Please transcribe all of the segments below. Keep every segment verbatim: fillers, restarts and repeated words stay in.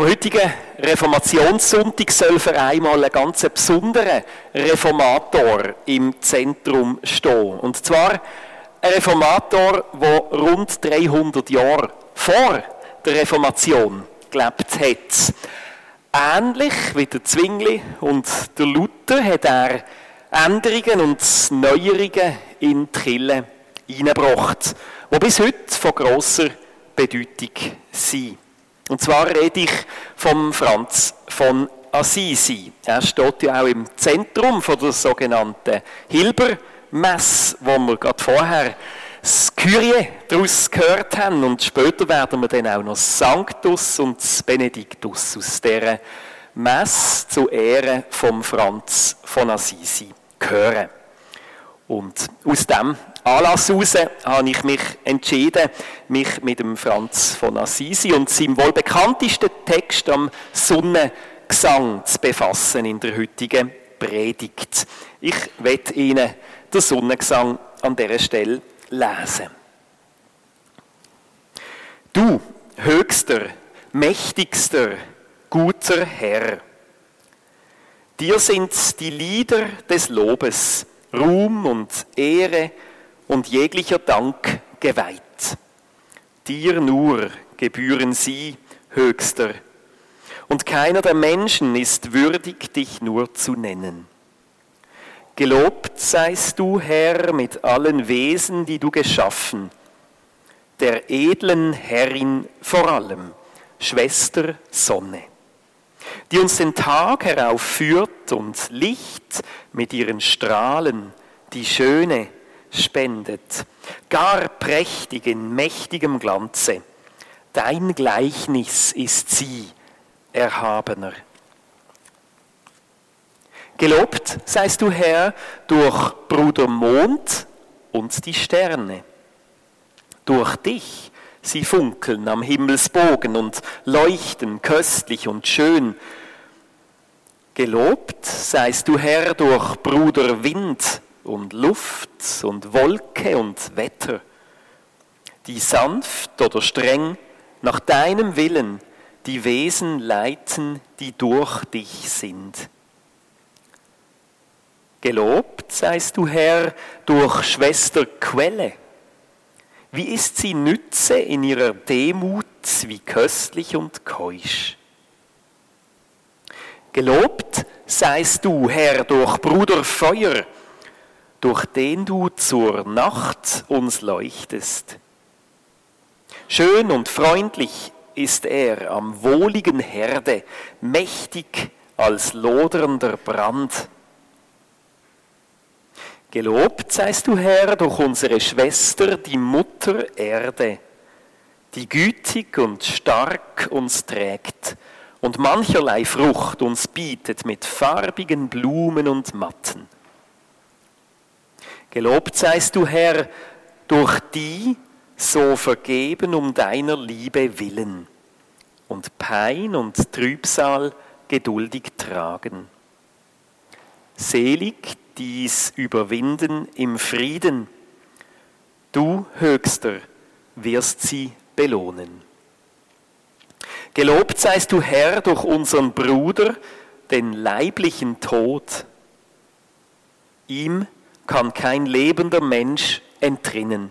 Am heutigen Reformationssonntag soll für einmal ein ganz besonderer Reformator im Zentrum stehen. Und zwar ein Reformator, der rund dreihundert Jahre vor der Reformation gelebt hat. Ähnlich wie der Zwingli und der Luther hat er Änderungen und Neuerungen in die Kirche hineingebracht, die bis heute von grosser Bedeutung sind. Und zwar rede ich vom Franz von Assisi. Er steht ja auch im Zentrum von der sogenannten Hilbermesse, wo wir gerade vorher das Kyrie daraus gehört haben. Und später werden wir dann auch noch Sanctus und Benedictus aus dieser Messe zu Ehren vom Franz von Assisi hören. Und aus diesem Anlass heraus habe ich mich entschieden, mich mit dem Franz von Assisi und seinem wohl bekanntesten Text am Sonnengesang zu befassen in der heutigen Predigt. Ich werde Ihnen den Sonnengesang an dieser Stelle lesen. Du, höchster, mächtigster, guter Herr, dir sind die Lieder des Lobes, Ruhm und Ehre und jeglicher Dank geweiht. Dir nur gebühren sie, Höchster, und keiner der Menschen ist würdig, dich nur zu nennen. Gelobt seist du, Herr, mit allen Wesen, die du geschaffen, der edlen Herrin vor allem, Schwester Sonne, die uns den Tag heraufführt und Licht mit ihren Strahlen, die Schöne, spendet, gar prächtig in mächtigem Glanze. Dein Gleichnis ist sie, Erhabener. Gelobt seist du, Herr, durch Bruder Mond und die Sterne. Durch dich sie funkeln am Himmelsbogen und leuchten köstlich und schön. Gelobt seist du, Herr, durch Bruder Wind und Luft und Wolke und Wetter, die sanft oder streng nach deinem Willen die Wesen leiten, die durch dich sind. Gelobt seist du, Herr, durch Schwester Quelle. Wie ist sie Nütze in ihrer Demut, wie köstlich und keusch. Gelobt seist du, Herr, durch Bruder Feuer, durch den du zur Nacht uns leuchtest. Schön und freundlich ist er am wohligen Herde, mächtig als lodernder Brand. Gelobt seist du, Herr, durch unsere Schwester, die Mutter Erde, die gütig und stark uns trägt und mancherlei Frucht uns bietet mit farbigen Blumen und Matten. Gelobt seist du, Herr, durch die so vergeben um deiner Liebe willen und Pein und Trübsal geduldig tragen. Selig dies überwinden im Frieden. Du, Höchster, wirst sie belohnen. Gelobt seist du, Herr, durch unseren Bruder, den leiblichen Tod. Ihm kann kein lebender Mensch entrinnen.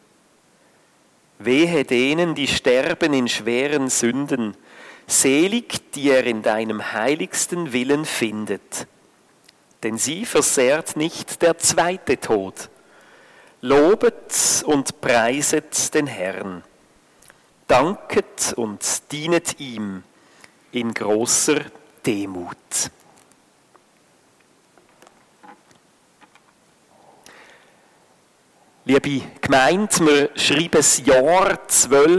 Wehe denen, die sterben in schweren Sünden, selig, die er in deinem heiligsten Willen findet. Denn sie versehrt nicht der zweite Tod. Lobet und preiset den Herrn. Danket und dienet ihm in großer Demut. Liebe Gemeinde, wir schreiben das Jahr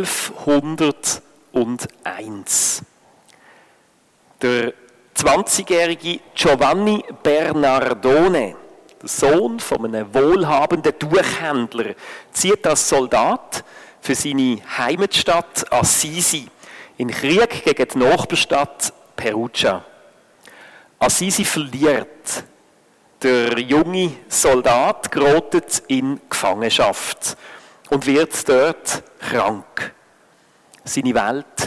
zwölfhunderteins. Der zwanzigjährige Giovanni Bernardone, der Sohn von einem wohlhabenden Tuchhändler, zieht als Soldat für seine Heimatstadt Assisi in Krieg gegen die Nachbarstadt Perugia. Assisi verliert. Der junge Soldat gerät in Gefangenschaft und wird dort krank. Seine Welt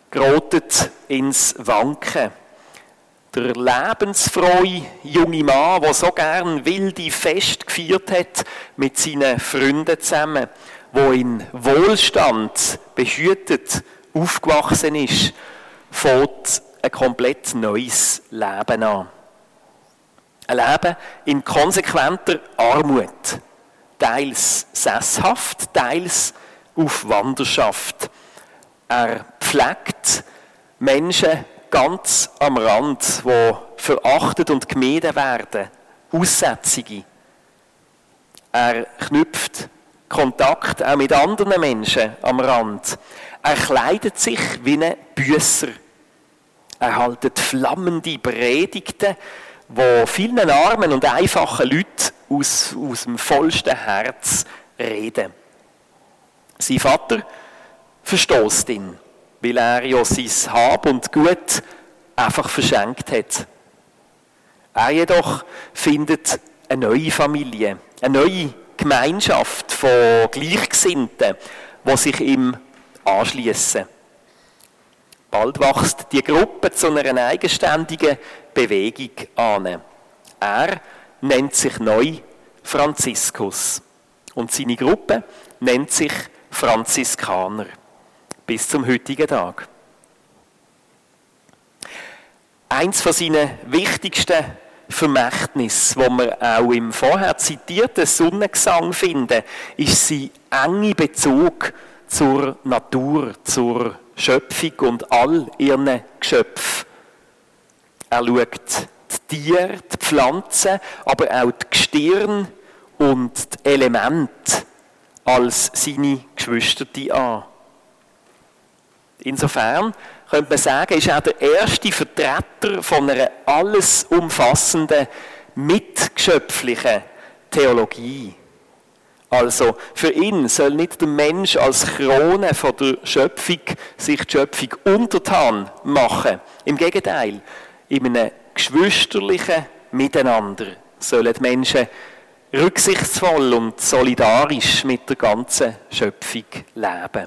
gerät ins Wanken. Der lebensfrohe junge Mann, der so gern wilde Feste gefeiert hat mit seinen Freunden zusammen, der in Wohlstand behütet aufgewachsen ist, fängt ein komplett neues Leben an. Ein Leben in konsequenter Armut, teils sesshaft, teils auf Wanderschaft. Er pflegt Menschen ganz am Rand, die verachtet und gemieden werden, Aussätzige. Er knüpft Kontakt auch mit anderen Menschen am Rand. Er kleidet sich wie ein Büsser. Er hält flammende Predigten, die vielen armen und einfachen Leuten aus, aus dem vollsten Herz reden. Sein Vater verstoßt ihn, weil er ja sein Hab und Gut einfach verschenkt hat. Er jedoch findet eine neue Familie, eine neue Gemeinschaft von Gleichgesinnten, die sich ihm anschließen. Bald wächst die Gruppe zu einer eigenständigen Bewegung an. Er nennt sich neu Franziskus und seine Gruppe nennt sich Franziskaner bis zum heutigen Tag. Eins von seinen wichtigsten Vermächtnissen, wo wir auch im vorher zitierten Sonnengesang finden, ist sein enge Bezug zur Natur, zur Schöpfung und all ihren Geschöpfen. Er schaut die Tiere, die Pflanzen, aber auch die Gestirne und die Elemente als seine Geschwister an. Insofern könnte man sagen, ist er der erste Vertreter von einer alles umfassenden, mitgeschöpflichen Theologie. Also für ihn soll nicht der Mensch als Krone von der Schöpfung sich die Schöpfung untertan machen. Im Gegenteil, in einem geschwisterlichen Miteinander sollen die Menschen rücksichtsvoll und solidarisch mit der ganzen Schöpfung leben.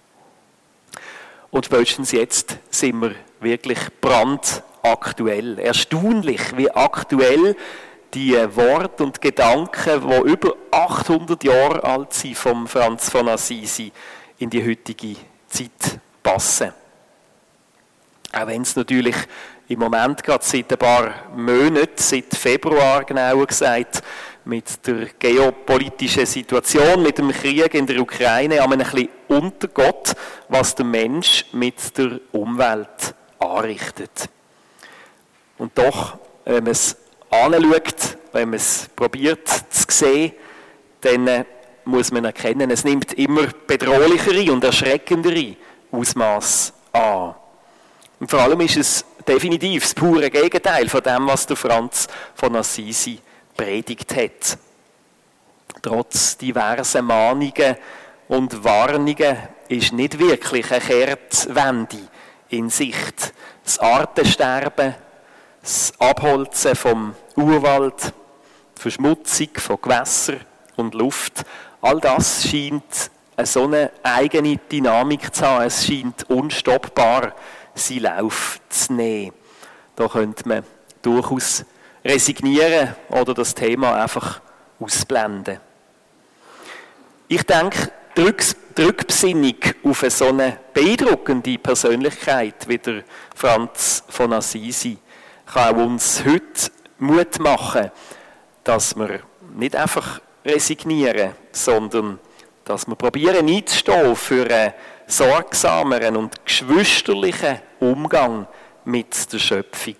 Und spätestens jetzt sind wir wirklich brandaktuell. Erstaunlich, wie aktuell die Worte und Gedanken, die über achthundert Jahre alt sind, vom Franz von Assisi in die heutige Zeit passen. Auch wenn es natürlich im Moment gerade seit ein paar Monaten, seit Februar genauer gesagt, mit der geopolitischen Situation, mit dem Krieg in der Ukraine, ein bisschen untergeht, was der Mensch mit der Umwelt anrichtet. Und doch, wenn man es anschaut, wenn man es probiert zu sehen, dann muss man erkennen, es nimmt immer bedrohlichere und erschreckendere Ausmaße an. Und vor allem ist es definitiv das pure Gegenteil von dem, was der Franz von Assisi predigt hat. Trotz diverser Mahnungen und Warnungen ist nicht wirklich eine Kehrtwende in Sicht. Das Artensterben, das Abholzen vom Urwald, die Verschmutzung von Gewässer und Luft, all das scheint eine so eine eigene Dynamik zu haben. Es scheint unstoppbar seinen Lauf zu nehmen. Da könnte man durchaus resignieren oder das Thema einfach ausblenden. Ich denke, die Rückbesinnung auf eine so eine beeindruckende Persönlichkeit wie der Franz von Assisi kann auch uns heute Mut machen, dass wir nicht einfach resignieren, sondern dass wir probieren einzustehen für einen sorgsameren und geschwisterlichen Umgang mit der Schöpfung.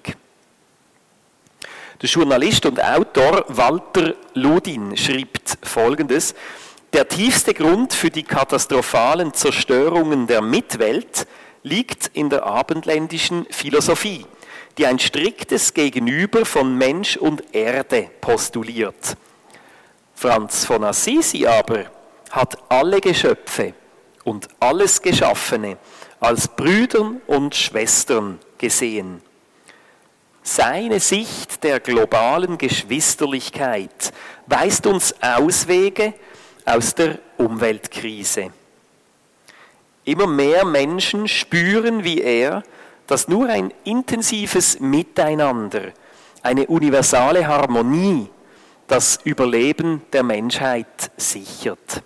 Der Journalist und Autor Walter Ludin schreibt Folgendes: Der tiefste Grund für die katastrophalen Zerstörungen der Mitwelt liegt in der abendländischen Philosophie, die ein striktes Gegenüber von Mensch und Erde postuliert. Franz von Assisi aber hat alle Geschöpfe und alles Geschaffene als Brüder und Schwestern gesehen. Seine Sicht der globalen Geschwisterlichkeit weist uns Auswege aus der Umweltkrise. Immer mehr Menschen spüren wie er, dass nur ein intensives Miteinander, eine universale Harmonie das Überleben der Menschheit sichert.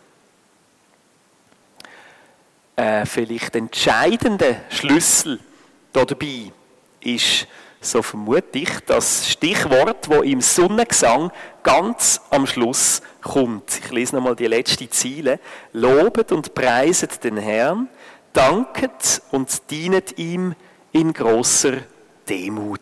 Äh, vielleicht entscheidender Schlüssel dabei ist, so vermute ich, das Stichwort, wo im Sonnengesang ganz am Schluss kommt. Ich lese nochmal die letzte Zeile. Lobet und preiset den Herrn, danket und dienet ihm in großer Demut.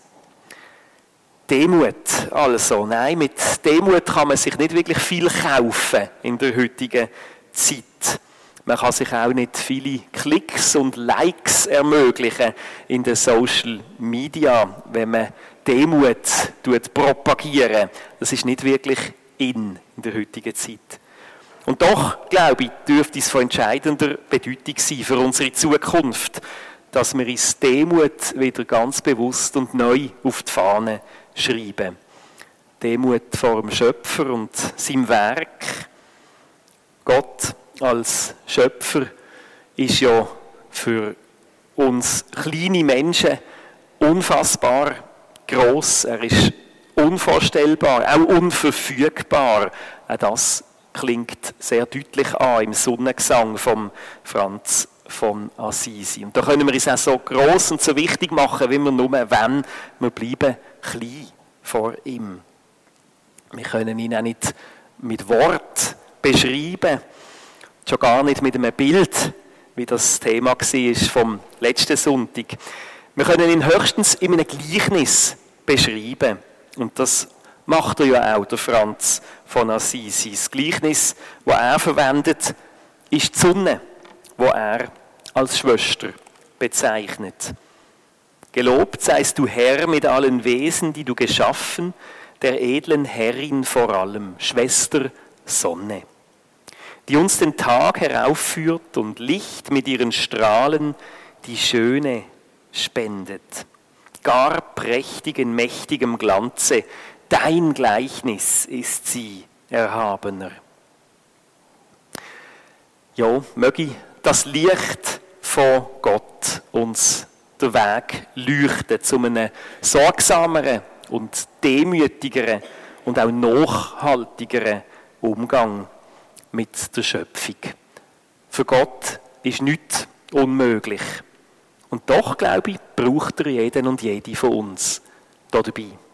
Demut, also, nein, mit Demut kann man sich nicht wirklich viel kaufen in der heutigen Zeit. Man kann sich auch nicht viele Klicks und Likes ermöglichen in den Social Media, wenn man Demut propagiert. Das ist nicht wirklich in, in der heutigen Zeit. Und doch, glaube ich, dürfte es von entscheidender Bedeutung sein für unsere Zukunft, dass wir uns Demut wieder ganz bewusst und neu auf die Fahne schreiben. Demut vor dem Schöpfer und seinem Werk. Gott als Schöpfer ist ja für uns kleine Menschen unfassbar gross. Er ist unvorstellbar, auch unverfügbar. Auch das klingt sehr deutlich an im Sonnengesang von Franz von Assisi. Und da können wir uns auch so gross und so wichtig machen, wie wir nur wenn wir bleiben klein vor ihm. Wir können ihn auch nicht mit Wort beschreiben, schon gar nicht mit einem Bild, wie das Thema war vom letzten Sonntag. Wir können ihn höchstens in einem Gleichnis beschreiben. Und das macht er ja auch, der Franz von Assisi. Das Gleichnis, das er verwendet, ist die Sonne, die er als Schwester bezeichnet. Gelobt seist du, Herr, mit allen Wesen, die du geschaffen, der edlen Herrin vor allem, Schwester Sonne, die uns den Tag heraufführt und Licht mit ihren Strahlen die Schöne spendet. Gar prächtig in mächtigem Glanze, dein Gleichnis ist sie, Erhabener. Ja, möge das Licht von Gott uns den Weg leuchten zu einem sorgsameren und demütigeren und auch nachhaltigeren Umgang mit der Schöpfung. Für Gott ist nichts unmöglich. Und doch, glaube ich, braucht er jeden und jede von uns da dabei.